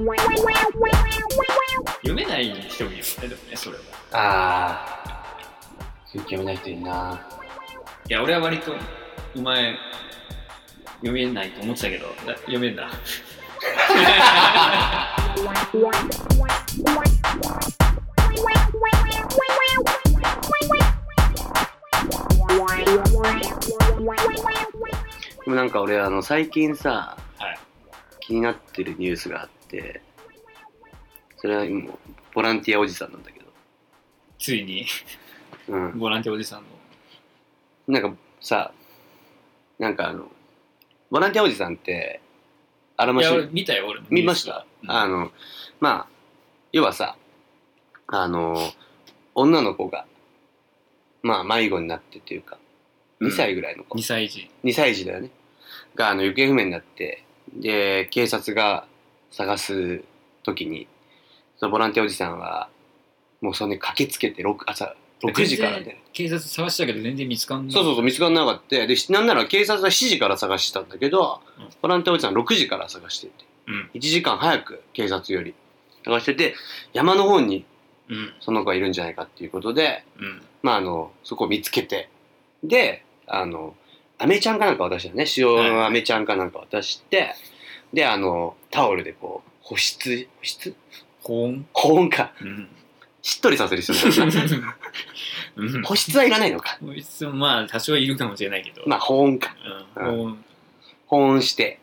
読めない人もいるよね、でもね、それは。 空気読めない人いるな。 いや、俺は割とお前読めないと思ってたけど、読めんだ。 でもなんか俺最近さ、 はい、 気になってるニュースがあって、それは今ボランティアおじさんなんだけど、 ついに、ボランティアおじさんのなんかさ、なんかボランティアおじさんってあらましい。 いや、俺見たよ、俺も見ました。まあ要はさ、女の子がまあ迷子になってっていうか、2歳ぐらいの子、 2歳児だよね、が行方不明になって、で警察が探す時に、そのボランティアおじさんはもうそれに駆けつけて朝6時からで、 警察探したけど全然見つかんない。 そう見つかんなかった。でなんなら警察は7時から探してたんだけど、ボランティアおじさん6時から探してて、1時間早く警察より探してて、山の方にその子がいるんじゃないかっていうことで、まあそこを見つけて、で飴ちゃんかなんか渡したよね、塩の飴ちゃんかなんか渡して、でタオルでこう保温か、しっとりさせる必要ない保湿はいらないのか。 保湿もまあ多少いるかもしれないけど、 まあ保温か、保温して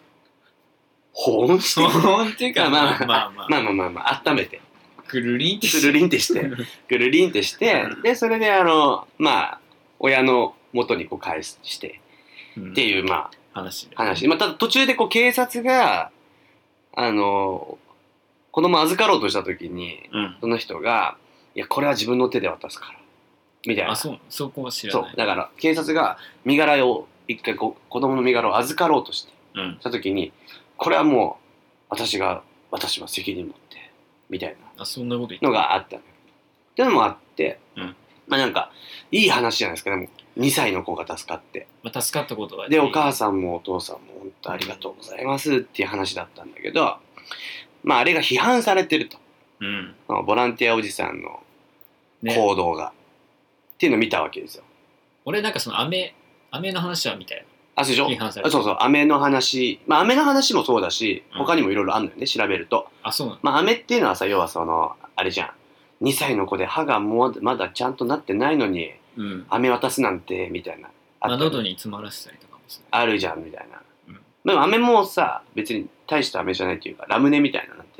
っていうか、まあ温めてぐるりんってして、でそれでまあ親の元にこう返してっていう、まあ話、まあ、ただ途中でこう警察が子供預かろうとした時に、その人がいやこれは自分の手で渡すからみたいな。 そこは知らない。 そうだから警察が身柄を一回子供の身柄を預かろうとして、した時に、これはもう私は責任持ってみたいなのがあったのよ。っていうのもあって、まあなんかいい話じゃないですか。でも2歳の子が助かって、 助かったことはでお母さんもお父さんも本当ありがとうございますっていう話だったんだけど、まああれが批判されてると、ボランティアおじさんの行動が、っていうのを見たわけですよ。 俺なんかその飴の話は見たよ。 そうでしょ。 批判されてる。 そう飴の話、まあ飴の話もそうだし、他にもいろいろあるのよね、調べると。 そうなの。 まあ飴っていうのはさ、要はあれじゃん、2歳の子で歯がまだちゃんとなってないのに、飴渡すなんてみたいな、 喉に詰まらせたりとかもあるじゃんみたいな。でも飴もさ、別に大した飴じゃないっていうか、ラムネみたいなって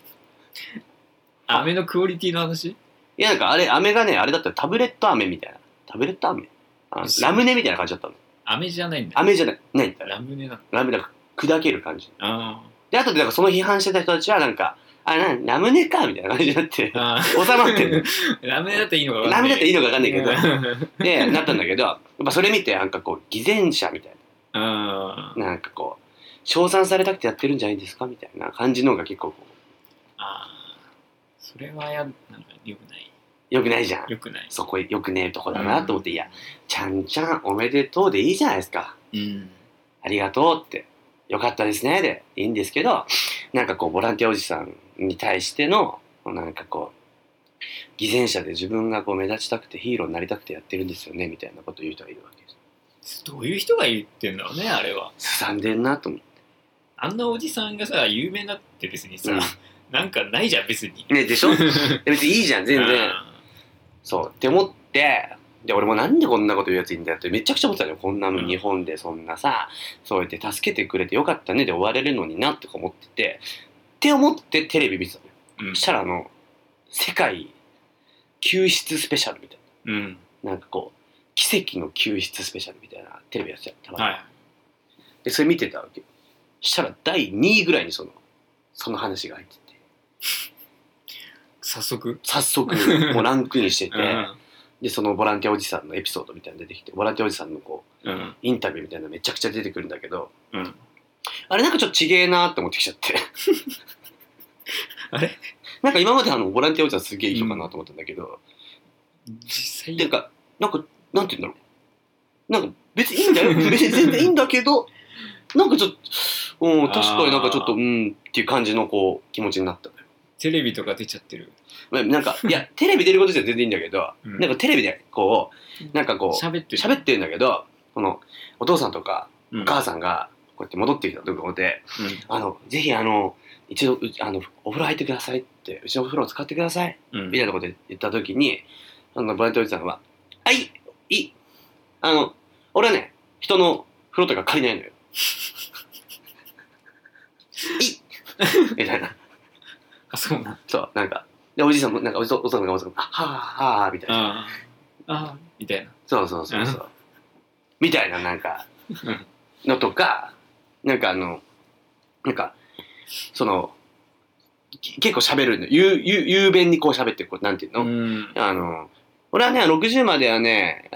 飴のクオリティの話。 いやなんか飴がね、あれだったらタブレット飴みたいな、ラムネみたいな感じだったの。 飴じゃないんだ。 飴じゃないんだ。 ラムネなの。 ラムネだ砕ける感じ。で後でなんかその批判してた人たちはなんか、ラムネかみたいな感じになって収まってる。 ラムネだっていいのか分かんない。ラムネだっていいのか分かんないけどでなったんだけど、やっぱそれ見てなんかこう偽善者みたいな、なんかこう称賛されたくてやってるんじゃないですかみたいな感じのが結構こう、 それはなんか良くない。 良くないじゃん。 良くない。 そこ良くねえとこだなと思って、いやちゃんおめでとうでいいじゃないですか、ありがとうってよかったですねでいいんですけど、なんかこうボランティアおじさんに対してのなんかこう偽善者で自分がこう目立ちたくてヒーローになりたくてやってるんですよねみたいなことを言う人がいるわけです。 どういう人が言ってんだろうね、あれは。 すさんでんなと思って。 あんなおじさんがさ有名になって別にさ、なんかないじゃん別にね。でしょ別にいいじゃん全然そうって思って、で俺もなんでこんなこと言うやついいんだよってめちゃくちゃ思ってたのよ。こんなの日本でそんなさ、そうやって助けてくれてよかったねで終われるのになとか思って思ってテレビ見てたのよ。そしたら世界救出スペシャルみたいな、なんかこう奇跡の救出スペシャルみたいなテレビやってたの。でそれ見てたわけ。そしたら第2位ぐらいにその話が入ってて早速もうランクインしててでそのボランティアおじさんのエピソードみたいなの出てきて、ボランティアおじさんのこう、インタビューみたいなのめちゃくちゃ出てくるんだけど、あれなんかちょっとちげえなーって思ってきちゃってあれなんか今までボランティアおじさんすげえいい人かなと思ったんだけど、 実際なんかなんて言うんだろう、なんか別にいいんだよ別に全然いいんだけど、なんかちょっと確かになんかちょっとっていう感じのこう気持ちになったのよ。 テレビとか出ちゃってる。 なんかいやテレビ出ることじゃ全然いいんだけど、 うんなんかテレビでこうなんかこう喋ってるんだけど、このお父さんとかうんお母さんがこうやって戻ってきたところで、ぜひ一度お風呂入ってくださいって、うちのお風呂を使ってくださいうんみたいなことで言った時に、ボランティアおじさんは「はいいい俺はね人の風呂とか借りないのよいいみたいな。 あ、そうなん。 そうなんかでおじいさんもなんかお父さんがはあはあみたいな。 あみたいな。 そうみたいななんかのとか、なんかその結構喋るの雄弁にこう喋ってこうなんていうの、俺はね60まではね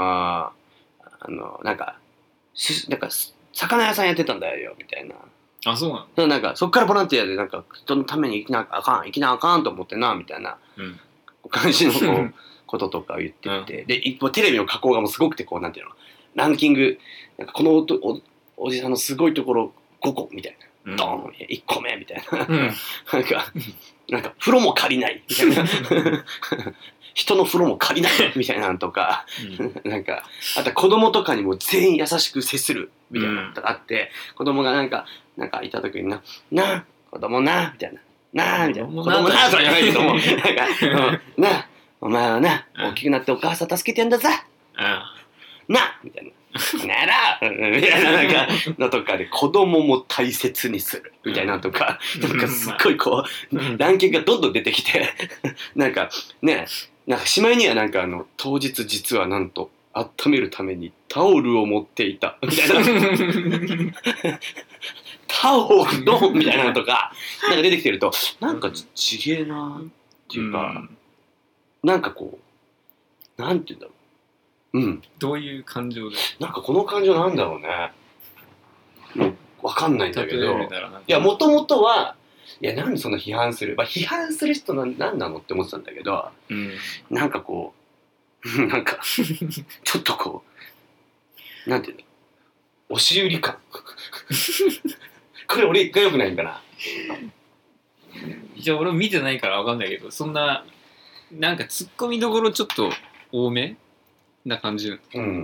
なんか魚屋さんやってたんだよみたいな。 あ、そうなの。 なんかそっからボランティアでなんか人のために生きなあかんと思ってなみたいな感じのこととか言ってて、で一方テレビの加工がもうすごくてこうなんていうのランキングなんかこのおじさんのすごいところ5個みたいな、ドーン1個目みたいな、なんか風呂も借りないみたいな人の風呂も借りないみたいなのとか、なんかあと子供とかにも全員優しく接するみたいなのがあって、子供がなんかいた時にな子供なみたいなみたいな子供なとかじゃないけどもなんかなお前はな大きくなってお母さん助けてやんだぞなみたいな。ならみたいななんかのとかで子供も大切にするみたいなとか、なんかすっごいこうランキングがどんどん出てきてなんかねなんかしまいにはなんか当日実はなんと温めるためにタオルを持っていたみたいなタオルドンみたいなのとかなんか出てきてるとなんかちげえなっていうか、なんかこうなんて言うんだろう。 どういう感情でなんかこの感情なんだろうね。もう分かんないんだけど、いやもともとはいやなんでそんな批判する、批判する人なんなのって思ってたんだけど、なんかこうなんかちょっとこうなんていうの押し売り感これ俺が良くないんかな。 じゃあ俺も見てないから分かんないけど、そんななんかツッコミどころちょっと多めな感じ。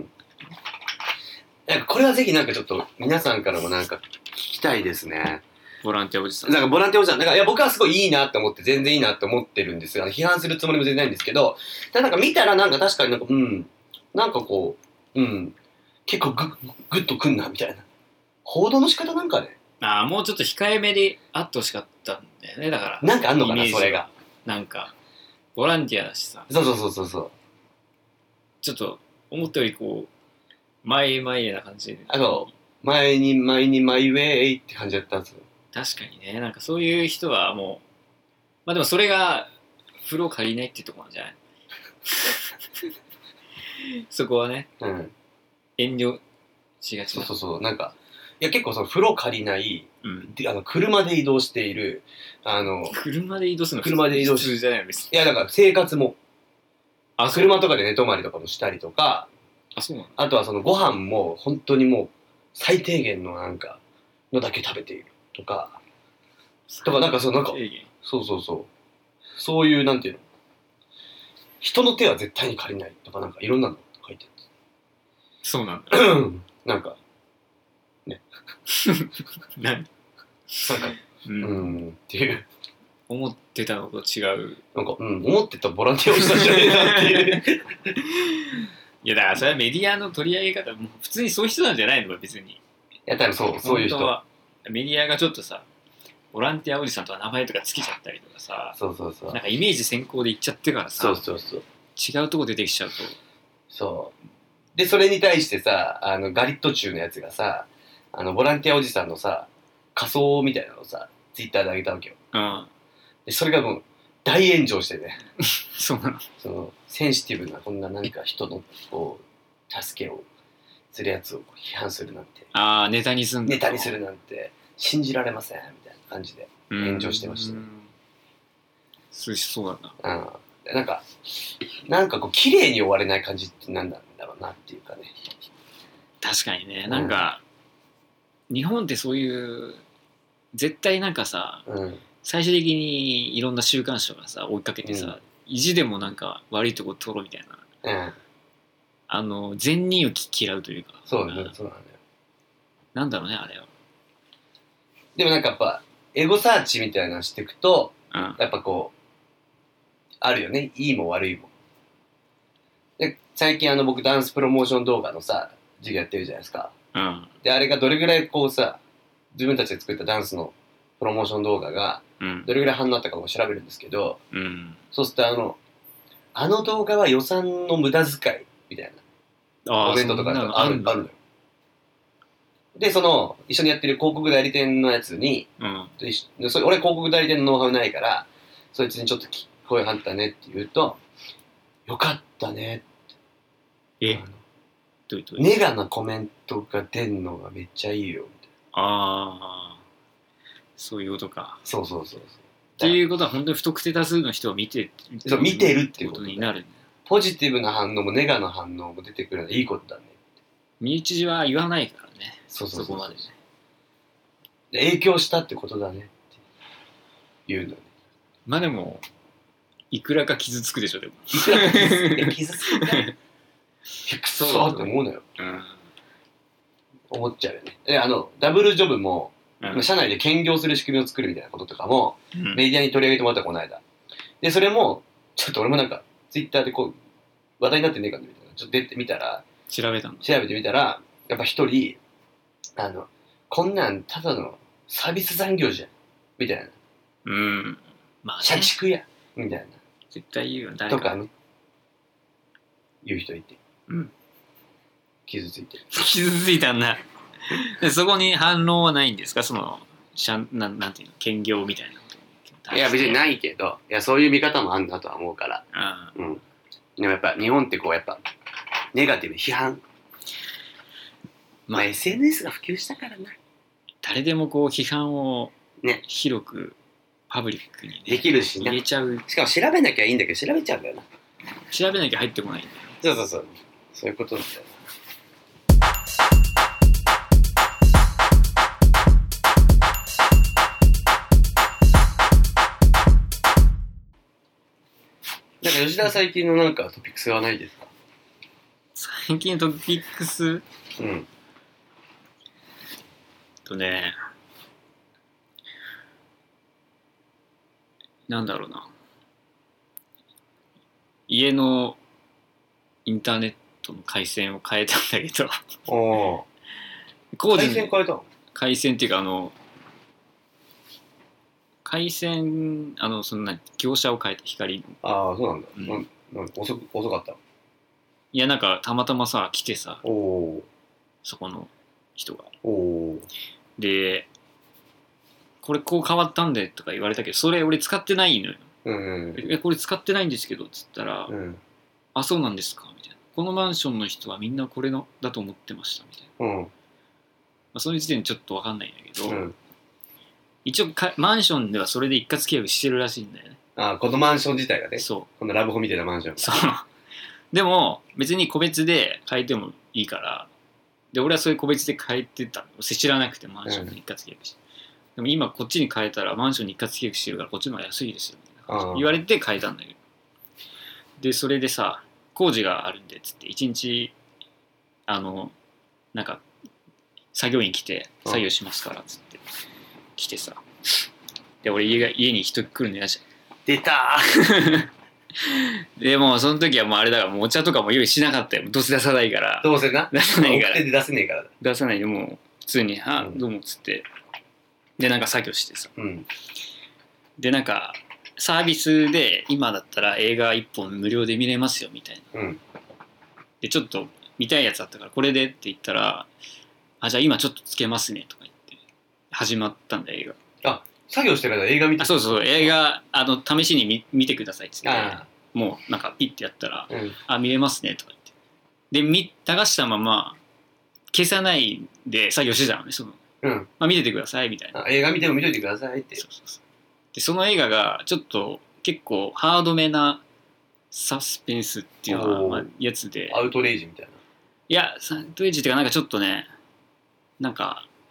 なんかこれはぜひなんかちょっと皆さんからもなんか聞きたいですね。 ボランティアおじさん。 なんかボランティアおじさん、なんかいや僕はすごいいいなって思って全然いいなって思ってるんですが、批判するつもりも全然ないんですけど、ただなんか見たらなんか確かになんかなんかこう結構グッとくんなみたいな報道の仕方なんかね。 もうちょっと控えめであってほしかったんだよね。だからなんかあんのかなそれが。 なんかボランティアだしさ。 そうちょっと思ったよりこう前へな感じで。 前にマイウェイって感じだったんですよ。 確かにね、なんかそういう人はもうでもそれが風呂借りないっていうところなんじゃないそこはね、遠慮しがちな。 そうなんかいや結構その風呂借りない、車で移動している車で移動するの車で移動普通じゃないの別に。 いやだから生活も車とかで寝泊まりとかもしたりとか、 そうなの。 あとはそのご飯も本当にもう最低限のなんかのだけ食べているとかなんかなんかそういうなんていうの人の手は絶対に借りないとかなんかいろんなの書いてる。 そうなんだ。 なんかね何っていう思ってたのと違う。 なんか思ってたボランティアをしたじゃねえなっていういやだからそれはメディアの取り上げ方も普通にそういう人なんじゃないのか別に。いや多分そういう人はメディアがちょっとさボランティアおじさんとか名前とかつけちゃったりとかさ、なんかイメージ先行で言っちゃってからさ、違うとこ出てきちゃうと、 でそれに対してさガリットチューのやつがさボランティアおじさんのさ仮装みたいなのをさツイッターで上げたわけよ。でそれがもう大炎上してねそうなの。 そのセンシティブなこんな何か人のこう助けをするやつを批判するなんてネタにするなんて信じられませんみたいな感じで炎上してましたね。 そうなんだ。 なんかこう綺麗に終われない感じって何なんだろうなっていうかね。 確かにね、なんか、 日本ってそういう絶対なんかさ、最終的にいろんな週刊誌がさ追いかけてさ、意地でもなんか悪いとこ取ろうみたいな、善人を嫌うというか、 そうなんだよ。 なんだろうねあれは。 でもなんかやっぱエゴサーチみたいなのしていくと、やっぱこうあるよね、いいも悪いも。で最近僕ダンスプロモーション動画のさ授業やってるじゃないですか。であれがどれぐらいこうさ自分たちで作ったダンスのプロモーション動画がどれぐらい反応あったかを調べるんですけど、そうするとあの動画は予算の無駄遣いみたいなコメントとかあるのよ。で一緒にやってる広告代理店のや俺広告代理店のノウハウないからそいつにちょっと声張ったねって言うと、よかったねってネガなコメントが出んのがめっちゃいいよみたいな。 そういうことか。 そうっていうことは本当に不特定多数の人を見てるっていうことになる。 ポジティブな反応もネガな反応も出てくるのはいいことだね。 身内は言わないからね。 そこまでね。 影響したってことだねって言うのね。 まあでもいくらか傷つくでしょ。でもいくらか傷つくね。くそって思うのよ。思っちゃうよね。ダブルジョブも社内で兼業する仕組みを作るみたいなこととかも、メディアに取り上げてもらったこの間。でそれもちょっと俺もなんかツイッターでこう話題になってねえかみたいなちょっと出てみたら調べてみたらやっぱ一人こんなんただのサービス残業じゃんみたいな。 まあね、 社畜やみたいな絶対言うよ誰かとかね言う人いて、傷ついたんだ。でそこに反応はないんですか？なんていうの、兼業みたいな。 いや別にないけど、いやそういう見方もあんなとは思うから。でもやっぱ日本ってこうやっぱネガティブ批判、SNS が普及したからな。 誰でもこう批判を広くパブリックに、 できるし入れちゃう。 しかも調べなきゃいいんだけど調べちゃうんだよな。 調べなきゃ入ってこないんだよ。 そういうことだよ。なんか吉田最近のなんかトピックスはないですか？ 最近のトピックスなんだろうな、家のインターネットの回線を変えたんだけど回線変えたの？ 回線っていうか回線業者を変えた。光の。 そうなんだ。遅かった。 いやなんかたまたまさ来てさ、そこの人がでこれこう変わったんでとか言われたけど、それ俺使ってないのよ。これ使ってないんですけどっつったら、そうなんですかみたいな。このマンションの人はみんなこれのだと思ってましたみたいな。その時点でちょっと分かんないんだけど、一応マンションではそれで一括契約してるらしいんだよね。 このマンション自体がね。 そう。 このラブホみたいなマンション。 そう。でも別に個別で変えてもいいから、で俺はそういう個別で変えてたの。知らなくてマンションに一括契約して。でも今こっちに変えたらマンションに一括契約してるからこっちの方が安いですよみたいな言われて変えたんだけど、でそれでさ工事があるんでっつって一日なんか作業員来て作業しますからっつって来てさ、で俺家に人来るの嫌じゃん。 出たでもその時はもうあれだからもうお茶とかも用意しなかったよ。どうせ出さないから。 どうせな出さないから。 出せねえから。 出さないでもう普通にどうもっつってでなんか作業してさ、でなんかサービスで今だったら映画1本無料で見れますよみたいな、でちょっと見たいやつあったからこれでって言ったらじゃあ今ちょっとつけますねとか言って始まったんだ映画。 作業してる間映画見てそう映画試しに見てくださいっつってもうなんかピッてやったら見れますねとか言ってで流したまま消さないで作業してたのね。見ててくださいみたいな。 映画見ても見といてくださいって。 でその映画がちょっと結構ハードめなサスペンスっていうのはやつで、 アウトレイジみたいな。 いやアウトレイジっていうかなんかちょっとねなんか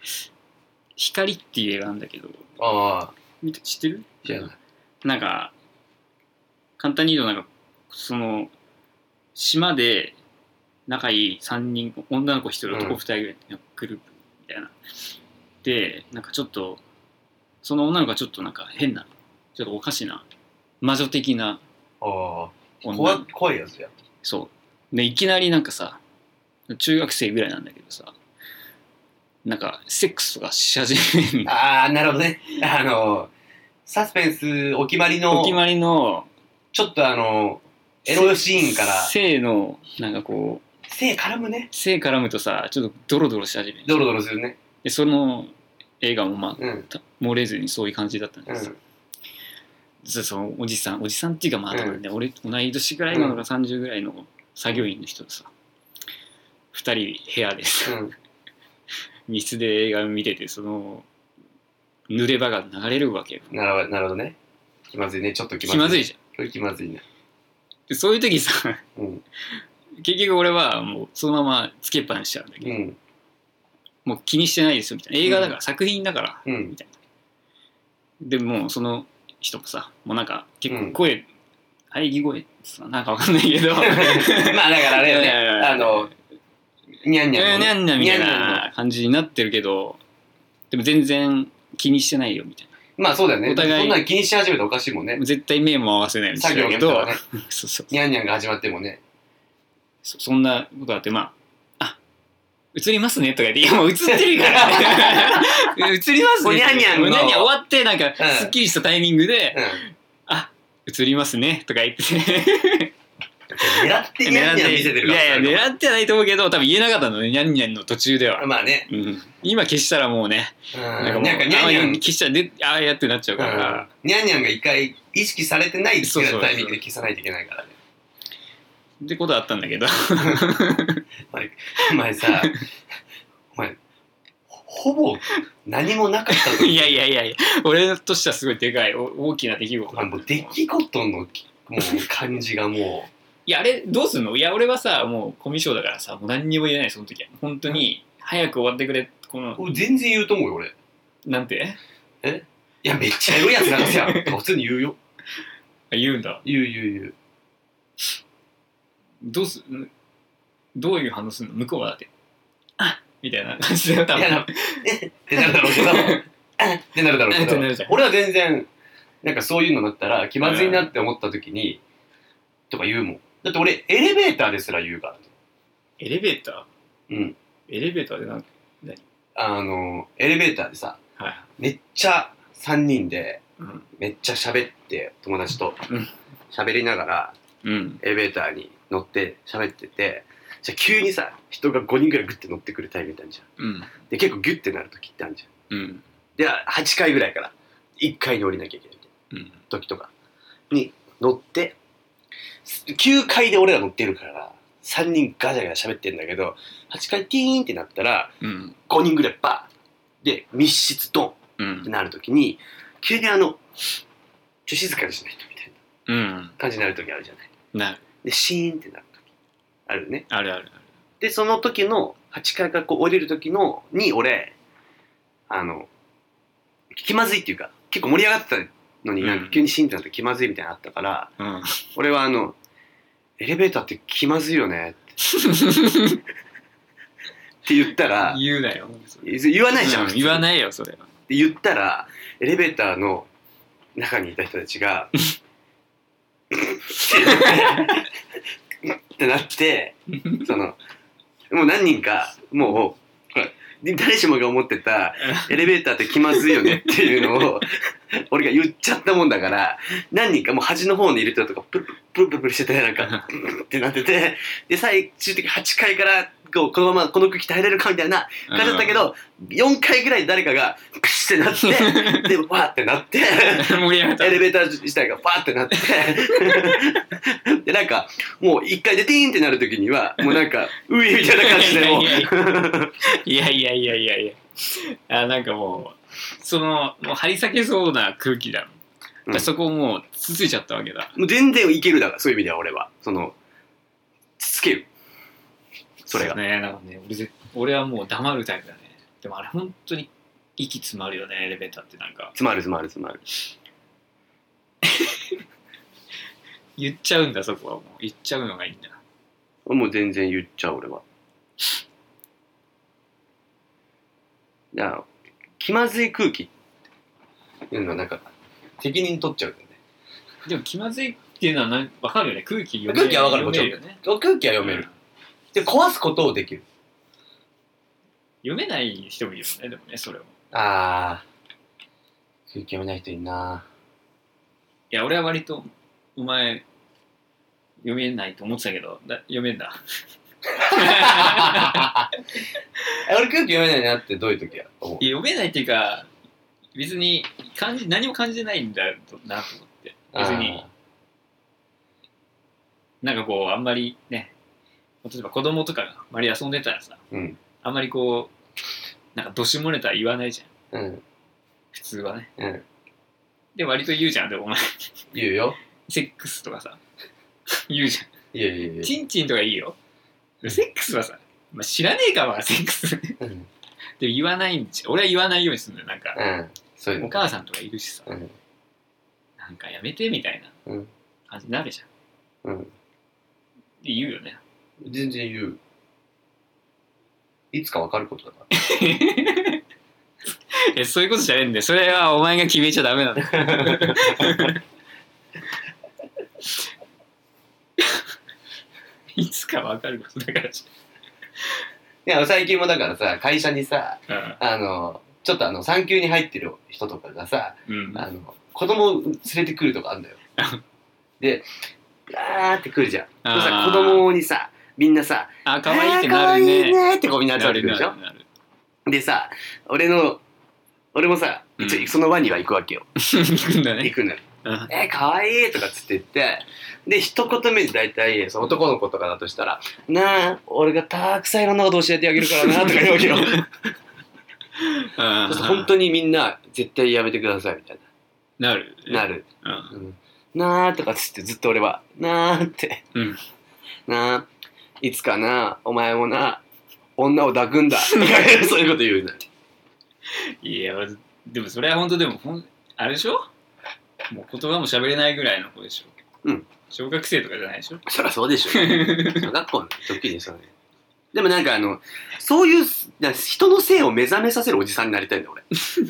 光っていう映画なんだけど、 ああ、 知ってる？ 知らない。 なんか簡単に言うと、なんかその島で仲いい3人、女の子1人、男2人ぐらいのグループみたいな。で、なんかちょっとその女の子がちょっとなんか変な、ちょっとおかしな魔女的な女、怖いやつや。 そうで、いきなりなんかさ、中学生ぐらいなんだけどさ、なんかセックスとかし始める。 ああ、なるほどね。サスペンスお決まりのちょっとエロシーンから性のなんかこう性絡むね。 性絡むとさ、ちょっとドロドロし始める。 ドロドロするね。 でその映画もまあ、漏れずにそういう感じだったんですよ。そのおじさんっていうか、まあ多分ね、俺同い年ぐらいの30ぐらいの作業員の人とさ、2人部屋でさ、密室で映画を見てて、その濡れ場が流れるわけよ。 なるほどね。気まずいね。ちょっと気まずいじゃん。気まずいね。 でそういう時さ、結局俺はもうそのままつけっぱにしちゃうんだけど、もう気にしてないですよみたいな、映画だから、作品だから、みたいな。でもその人もさ、もうなんか結構声、喘ぎ声ってさ、なんかわかんないけどまあだからあれよね、ニャンニャンニャンニャンみたいな感じになってるけど、でも全然気にしてないよみたいな。 まあそうだよね。 お互いそんなに気にし始めたらおかしいもんね。 絶対目も合わせないようにしてるけど、ニャンニャンが始まってもね。 そんなことあって、まあ、映りますねとか言って、いやもう映ってるから映りますね。 ニャンニャン終わってなんかすっきりしたタイミングで、映りますねとか言って狙ってニャンニャン見せてるから。 いやいや、狙ってはないと思うけど、多分言えなかったのね、ニャンニャンの途中では。 まあね。 今消したらもうね、 なんかニャンニャン消したらああやってなっちゃうから。 ニャンニャンが一回意識されてないタイミングで消さないといけないからね。 ってことあったんだけど。 お前さ、ほぼ何もなかったと。 いや、俺としてはすごいでかい、大きな出来事。 もう出来事のもう感じがもう。 いや、あれどうすんの？いや、俺はさ、もうコミュ障だからさ、もう何にも言えない、その時は。本当に早く終わってくれ。 全然言うと思うよ、俺。 なんて？ いや、めっちゃエロいやつなんですよ。普通に言うよ。 言うんだ。 言う。 どういう反応するの？向こうはだって、みたいな感じで多分。 ってなるだろうけど、俺は全然、なんかそういうのだったら、気まずいなって思った時に、とか言うもん。だって俺、エレベーターですら言うから。 エレベーター？エレベーターで何？ エレベーターでさ、めっちゃ3人で、めっちゃ喋って、友達と喋りながら、エレベーターに乗って喋ってて、じゃあ急にさ、人が5人ぐらいグッて乗ってくるタイミングあるじゃん。で、結構ギュッてなる時ってあるじゃん。で、8階ぐらいから1階に降りなきゃいけない時とかに乗って、9階で俺ら乗ってるから3人ガチャガチャ喋ってんだけど、8階ティーンってなったら5人ぐらいバーで密室ドンってなる時に、急に静かにしないとみたいな感じになる時あるじゃない。でシーンってなる時あるね。 ある。 でその時の8階からこう降りる時に俺気まずいっていうか、結構盛り上がってたのになんか急にシーンってなって気まずいみたいなのあったから、俺はエレベーターって気まずいよねって言ったら、 言うなよ。 言わないじゃん。 言わないよそれは。 って言ったらエレベーターの中にいた人たちがってなって、もう何人かもう誰しもが思ってたエレベーターって気まずいよねっていうのを俺が言っちゃったもんだから、何人かもう端の方にいる人とかプルプルしてて、なんかってなってて、で最終的に8階からこのままこの空気耐えれるかみたいな感じだったけど、4階ぐらい誰かがプシってなってでわーってなってエレベーター自体がバーってなってでなんかもう1階でティーンってなる時にはもうなんかウイみたいな感じでもういやなんかもうもう張り裂けそうな空気だ、そこをもうつついちゃったわけだ。 もう全然いけるだから、そういう意味では俺はつつけるそれがね。なんかね、俺はもう黙るタイプだね。 でもあれ本当に息詰まるよね、エレベーターって。なんか詰まる言っちゃうんだ、そこはもう言っちゃうのがいいんだ。 もう全然言っちゃう俺は。だから気まずい空気っていうのはなんか責任取っちゃうんだよね。 でも気まずいっていうのは分かるよね。空気読め空気は分かる、もちろんよね。 空気は読める、で壊すことをできる。 読めない人もいるよね、でもね、それを。 あー、空気読めない人いるな。 いや、俺は割とお前読めないと思ってたけど、読めんだ。 俺空気読めないなってどういう時や思う？ 読めないっていうか、別に何も感じてないんだなと思って。別になんかこうあんまりね、例えば子供とかが周り遊んでたらさ、 うん、 あんまりこうなんかどしもネタ言わないじゃん、 うん、 普通はね、 うん、 で割と言うじゃん。でもお前言うよ。 セックスとかさ言うじゃん。 いやチンチンとかいいよ。セックスはさ、まあ、知らねえかはセックスうん、 でも言わないんですよ。俺は言わないようにするんだよ。なんか、 うん、そういうのお母さんとかいるしさ、 うん、 なんかやめてみたいなうん、 感じになるじゃん。 うん、 で言うよね。 全然言う。いつか分かることだからそういうことじゃねえんだよ。それはお前が決めちゃダメなんだよ。いつか分かることだからじいや最近もだからさ、会社にさ、 ゃん。 ちょっと産休に入ってる人とかがさ、 うん。 子供を連れてくるとかあるんだよ。で、ガーって来るじゃん。でさ、子供にさ、みんなさ、 可愛いってなるね。 可愛いねってこうみんな集まってくるでしょ。 なるでさ、俺もさ、一応その輪には行くわけよ。 行くんだね。 行くのよ。 うん。 可愛いとかつって言って、で、一言目に大体、その男の子とかだとしたら、なあ、俺がたくさんいろんなこと教えてあげるからな、とか言うわけよ。そうすると本当にみんな、絶対やめてください、みたいなる。 な。なる。 うん。 うん、なあとかつってずっと俺は、なあって、 うん。 なあ、いつかな、お前もな、女を抱くんだ。そういうこと言うね。 いや、でもそれは本当でも、あれでしょ、もう言葉も喋れないぐらいの子でしょ。 うん。 小学生とかじゃないでしょ。 そりゃそうでしょ。小学校の時にそうね。でもなんかそういう人の性を目覚めさせるおじさんになりたいんだ俺。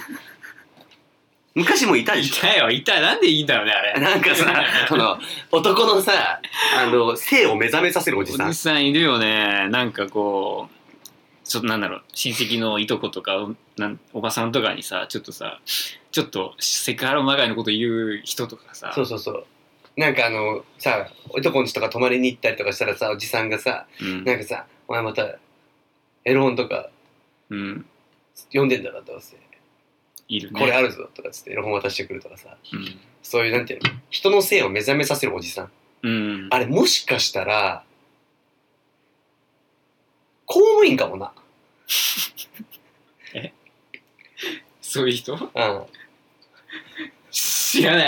昔もいたでしょ。 いた。なんでいいんだろうね、あれ。 なんかさ、男のさ、性を目覚めさせるおじさん。 おじさんいるよね。なんかこう、ちょっとなんだろう、親戚のいとことかおばさんとかにさ、ちょっとセクハラまがいのこと言う人とかさ。 そうそうそう。なんかさ、おいとこんちとか泊まりに行ったりとかしたらさ、おじさんがさ、 うん、 なんかさ、お前またエロ本とか読んでんだろどうせ。 いるね。 これあるぞとかつってエロ本渡してくるとかさ、 うん、 そういうなんていうの、人の性を目覚めさせるおじさん。 うん、 あれもしかしたら公務員かもな。 そういう人？ うん。 知らない。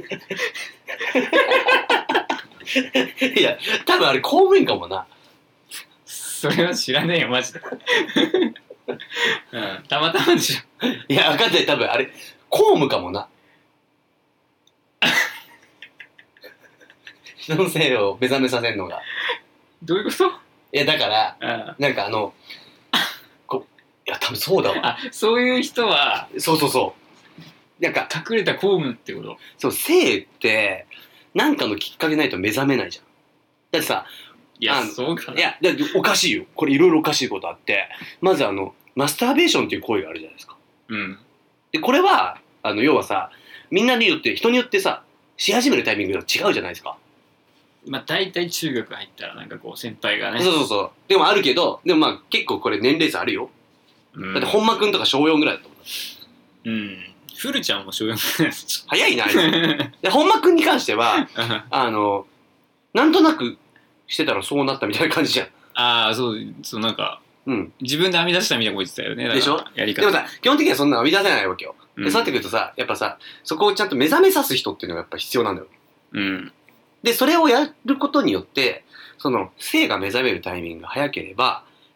いや、多分あれ公務員かもな。 それは知らねえよ、マジで。うん、たまたまでしょ。 いや、分かんない。多分あれ、公務かもな。人の性を目覚めさせるのが。 どういうこと？ いや、だから、なんかいや、多分そうだわ。 そういう人は、 そうそうそう。なんか、 隠れた公務ってこと？ そう、性って、なんかのきっかけないと目覚めないじゃん。だってさ、 いや、そうかな。 いや、だっておかしいよ。これいろいろおかしいことあって、まずマスターベーションっていう行為があるじゃないですか。 うん。 で、これは、要はさ、みんなによって、人によってさ、し始めるタイミングが違うじゃないですか。 まあ、大体中学入ったら、なんかこう、先輩がね。 そうそうそう。でもあるけど、でもまあ、結構これ年齢差あるよ。 うん、 だって本間くんとか小4ぐらいだと思うう。 ん。フルちゃんも小4ぐらい。 早いな、あいつ。で、本間くんに関しては、なんとなくしてたらそうなったみたいな感じじゃん。 ああ、そう、なんか、 うん。 自分で編み出したみたいなこと言ってたよね。 でしょ？ やり方。 でもさ、基本的にはそんな編み出せないわけよ。 うん、 で、そうなってくるとさ、やっぱさ、そこをちゃんと目覚めさす人っていうのがやっぱ必要なんだよ。 うん。 で、それをやることによって、性が目覚めるタイミングが早ければ、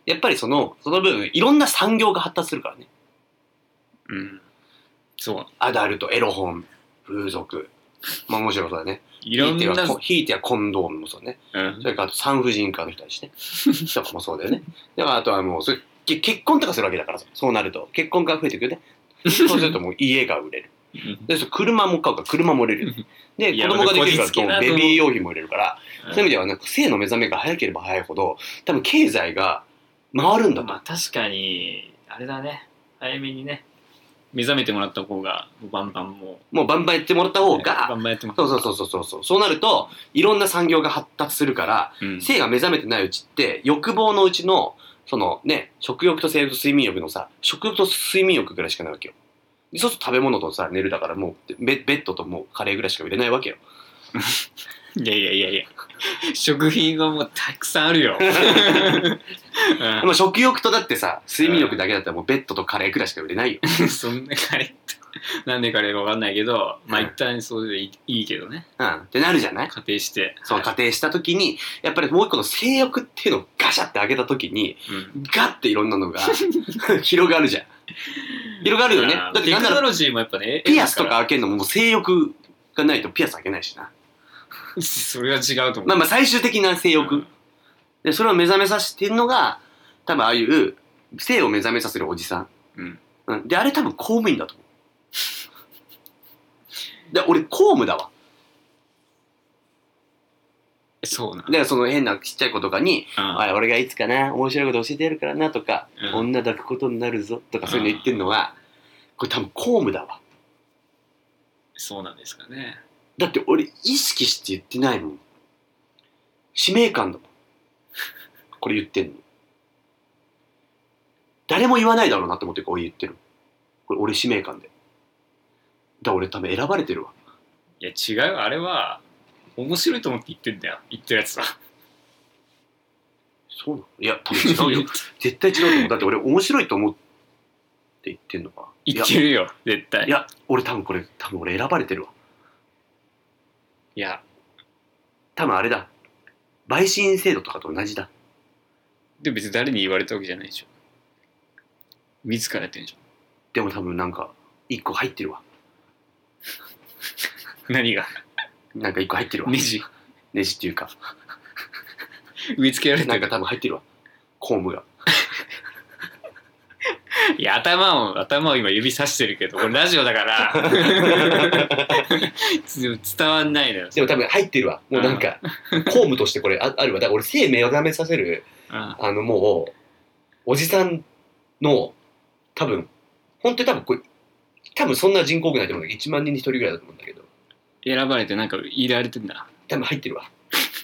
やっぱりその分いろんな産業が発達するからね。 うん。そう。 アダルト、エロ本、風俗。まあもちろんそうだね。 いろんな。 ひいてはコンドームもそうね。 うん。 それからあと産婦人科の人たちね。とかもそうだよね。だからあとはもう結婚とかするわけだから、そうなると。結婚が増えてくるね。そうするともう家が売れる。で車も買うから車も売れる。で子供ができるからベビー用品も売れるから、そういう意味ではなんか性の目覚めが早ければ早いほど多分経済が回るんだと。 まあ確かにあれだね、早めにね目覚めてもらった方がバンバンもうバンバンやってもらった方が、 バンバンやってもらったそうなるといろんな産業が発達するから、性が目覚めてないうちって欲望のうちのそのね食欲と性欲と睡眠欲のさ、食欲と睡眠欲ぐらいしかないわけよ。そうすると食べ物とさ寝るだからもうベッドともうカレーぐらいしか売れないわけよ。 いや食品はもうたくさんあるよ。 まあ食欲とだってさ睡眠欲だけだったらもうベッドとカレーぐらいしか売れないよ。 そんなカレーなんでカレーか分かんないけど、まあ一旦そうでいいけどね。 ってなるじゃない。 仮定して。 そう仮定した時にやっぱりもう一個の性欲っていうのをガシャって開けた時に、ガッていろんなのが広がるじゃん。広がるよね。だってテクノロジーもやっぱね、 ピアスとか開けるのももう性欲がないとピアス開けないしな。 それは違うと思う。 まあ最終的な性欲、でそれを目覚めさせてるのが多分ああいう性を目覚めさせるおじさん、であれ多分公務員だと思う。で俺公務だわ。 そうなんだからその変なちっちゃい子とかに「俺がいつかな面白いこと教えてやるからな」とか「女抱くことになるぞ」とかそういうの言ってるのはこれ多分公務だわ。 そうなんですかね。 だって俺意識して言ってないもん。使命感だもん。これ言ってんの。誰も言わないだろうなって思ってこれ言ってる。これ俺使命感で。だから俺多分選ばれてるわ。 いや違う、あれは面白いと思って言ってんだよ、言ってるやつは。 そうなの？いや多分違うよ。絶対違うと思う。だって俺面白いと思って言ってんのか。 言ってるよ絶対。 いや俺多分俺選ばれてるわ。 いや多分あれだ、陪審制度とかと同じだ。 で別に誰に言われたわけじゃないでしょ、自らやってるんでしょ。 でも多分なんか一個入ってるわ。 何が？ なんか一個入ってるわ。 ネジっていうか植え付けられてる。 なんか多分入ってるわ、公務が。 いや頭を今指さしてるけどこれラジオだから伝わんないのよ。 でも多分入ってるわ。もうなんか公務としてこれ あるわ。だから俺性目覚めさせるもうおじさんの本当にこれ多分そんな人口多くないと思うんだけど1万人に1人ぐらいだと思うんだけど、 選ばれてなんか入れられてんだ。 多分入ってるわ。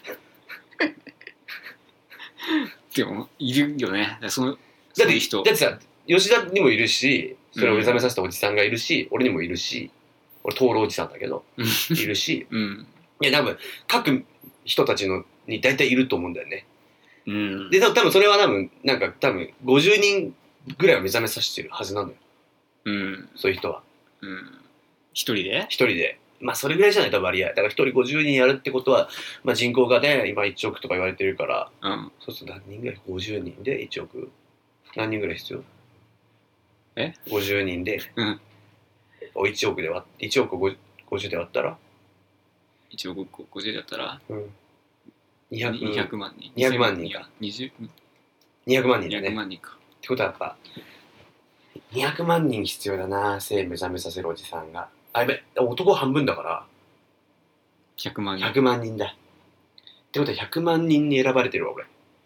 でもいるよね。 だってさ吉田にもいるし、それを目覚めさせたおじさんがいるし、俺にもいるし、俺灯籠おじさんだけどいるし、いや多分各人たちのに大体いると思うんだよね。で多分それは多分50人ぐらいは目覚めさせてるはずなのよ。そういう人は。一人で。まあそれぐらいじゃないと割合。だから一人50人やるってことは、まあ人口がね今1億とか言われてるから、そうすると何人ぐらい？50人で1億何人ぐらい必要？50人で、1億で割って1億50で割ったら 1億50で割ったら、 200 万人 200万人か200万人だね。 200万人かってことはやっぱ200万人必要だな、性目覚めさせるおじさんが。あ、やべ、男半分だから 100万人だ。 ってことは100万人に選ばれてるわ俺。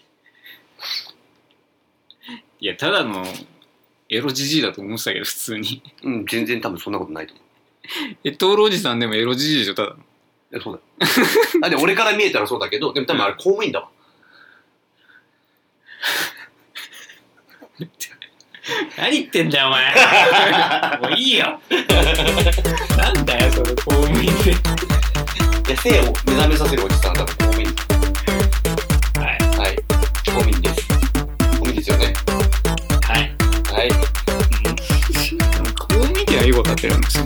いやただのエロジジイだと思ってたけど普通に。 全然多分そんなことないと思う。灯籠おじさんでもエロジジイでしょただの。 いやそうだよ。でも俺から見えたらそうだけど、でも多分あれ公務員だわ。 何言ってんだよお前。もういいよ。なんだよその公務員で。いや性を目覚めさせるおじさんは多分公務員。はい公務員です。公務員ですよね。はい。 公務員ではよくわかってるんですよ。